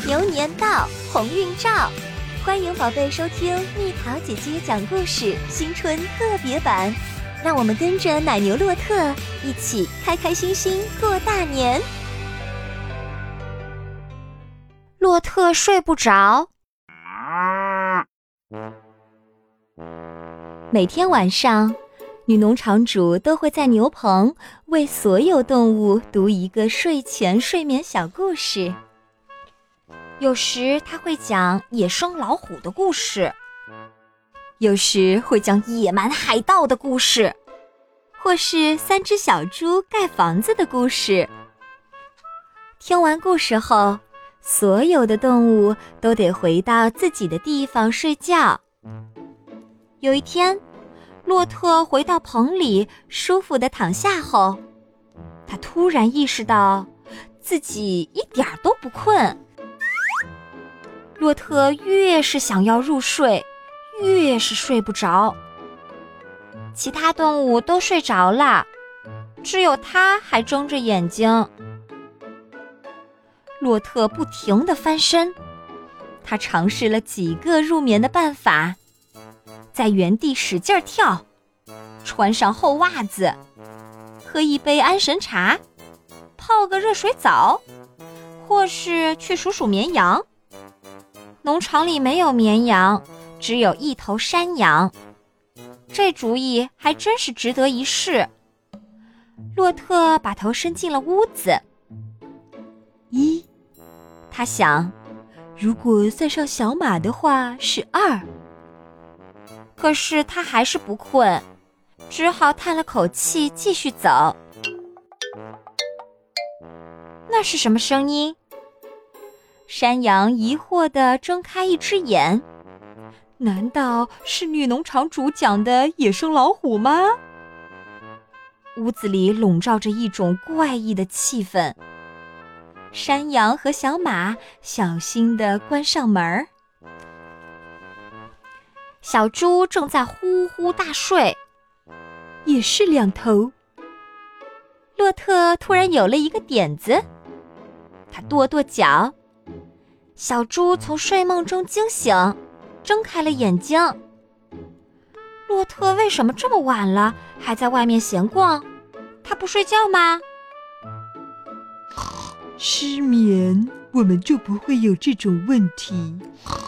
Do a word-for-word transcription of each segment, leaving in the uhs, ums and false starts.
牛年到，鸿运照。欢迎宝贝收听蜜桃姐姐讲故事新春特别版，让我们跟着奶牛洛特一起开开心心过大年。洛特睡不着。每天晚上，女农场主都会在牛棚为所有动物读一个睡前睡眠小故事。有时她会讲野生老虎的故事，有时会讲野蛮海盗的故事，或是三只小猪盖房子的故事。听完故事后，所有的动物都得回到自己的地方睡觉。有一天，洛特回到棚里，舒服地躺下后，他突然意识到自己一点都不困。洛特越是想要入睡，越是睡不着。其他动物都睡着了，只有他还睁着眼睛。洛特不停地翻身，他尝试了几个入眠的办法，在原地使劲跳，穿上厚袜子，喝一杯安神茶，泡个热水澡，或是去数数绵羊。农场里没有绵羊，只有一头山羊。这主意还真是值得一试。洛特把头伸进了屋子。一，他想，如果算上小马的话是二。可是他还是不困，只好叹了口气继续走。那是什么声音？山羊疑惑地睁开一只眼，难道是女农场主讲的野生老虎吗？屋子里笼罩着一种怪异的气氛。山羊和小马小心地关上门。小猪正在呼呼大睡，也是两头。洛特突然有了一个点子，他跺跺脚，小猪从睡梦中惊醒，睁开了眼睛。洛特为什么这么晚了还在外面闲逛？他不睡觉吗？ 失眠，我们就不会有这种问题。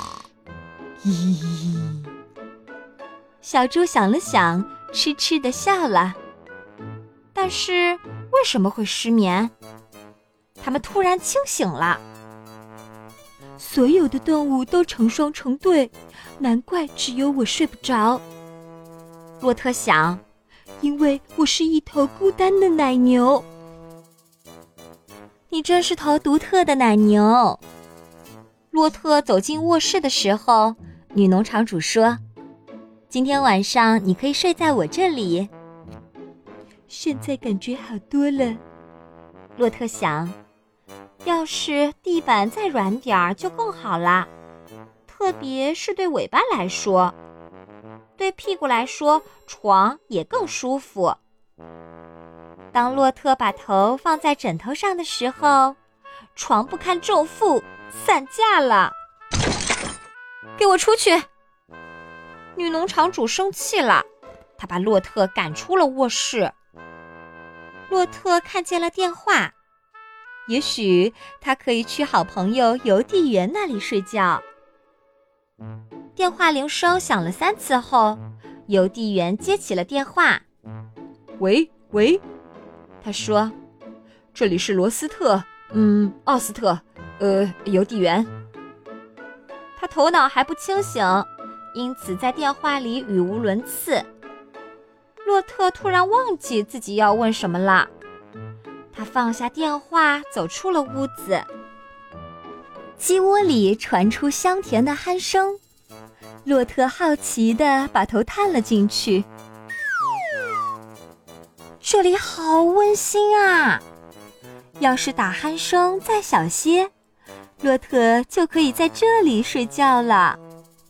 咦， 小猪想了想，痴痴地笑了。但是为什么会失眠？他们突然清醒了。所有的动物都成双成对，难怪只有我睡不着。洛特想，因为我是一头孤单的奶牛。你真是头独特的奶牛。洛特走进卧室的时候，女农场主说，今天晚上你可以睡在我这里。 现在感觉好多了。 洛特想，要是地板再软点儿就更好啦，特别是对尾巴来说，对屁股来说，床也更舒服。当洛特把头放在枕头上的时候，床不堪重负，散架了。给我出去！女农场主生气了，她把洛特赶出了卧室。洛特看见了电话，也许他可以去好朋友邮递员那里睡觉。电话铃声响了三次后，邮递员接起了电话。 喂喂， 他说， 这里是罗斯特，嗯，奥斯特，呃，邮递员。 他头脑还不清醒，因此在电话里语无伦次。洛特突然忘记自己要问什么了，他放下电话，走出了屋子。鸡窝里传出香甜的鼾声，洛特好奇地把头探了进去。这里好温馨啊！要是打鼾声再小些，洛特就可以在这里睡觉了。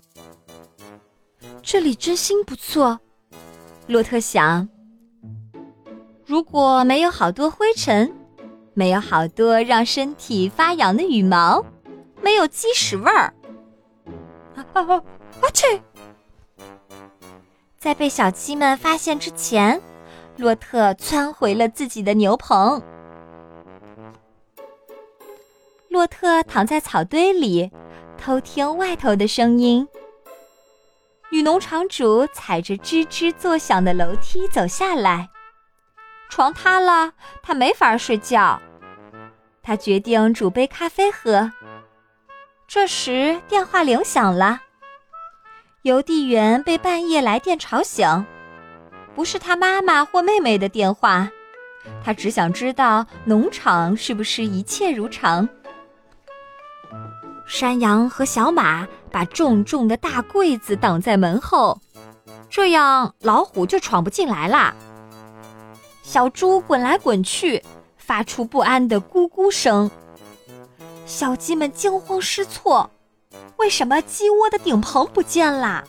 这里真心不错，洛特想。如果没有好多灰尘，没有好多让身体发痒的羽毛， 没有鸡屎味儿。 啊啊啊！啊去！ 在被小鸡们发现之前，洛特窜回了自己的牛棚。洛特躺在草堆里，偷听外头的声音。女农场主踩着吱吱作响的楼梯走下来，床塌了，她没法睡觉。她决定煮杯咖啡喝。这时电话铃响了，邮递员被半夜来电吵醒，不是他妈妈或妹妹的电话，他只想知道农场是不是一切如常。山羊和小马把重重的大柜子挡在门后，这样老虎就闯不进来啦。小猪滚来滚去，发出不安的咕咕声。小鸡们惊慌失措，为什么鸡窝的顶棚不见啦？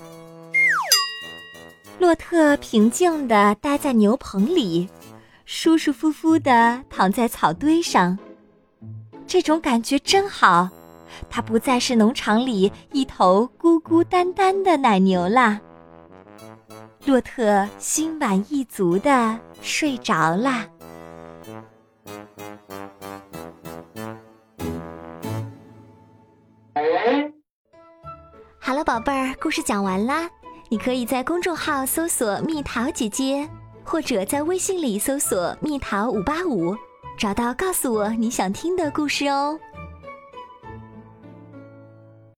洛特平静地待在牛棚里，舒舒服服地躺在草堆上。这种感觉真好，他不再是农场里一头孤孤单单的奶牛啦。洛特心满意足地睡着啦。 好了，宝贝儿，故事讲完啦。你可以在公众号搜索蜜桃姐姐，或者在微信里搜索蜜桃五八五，找到告诉我你想听的故事哦。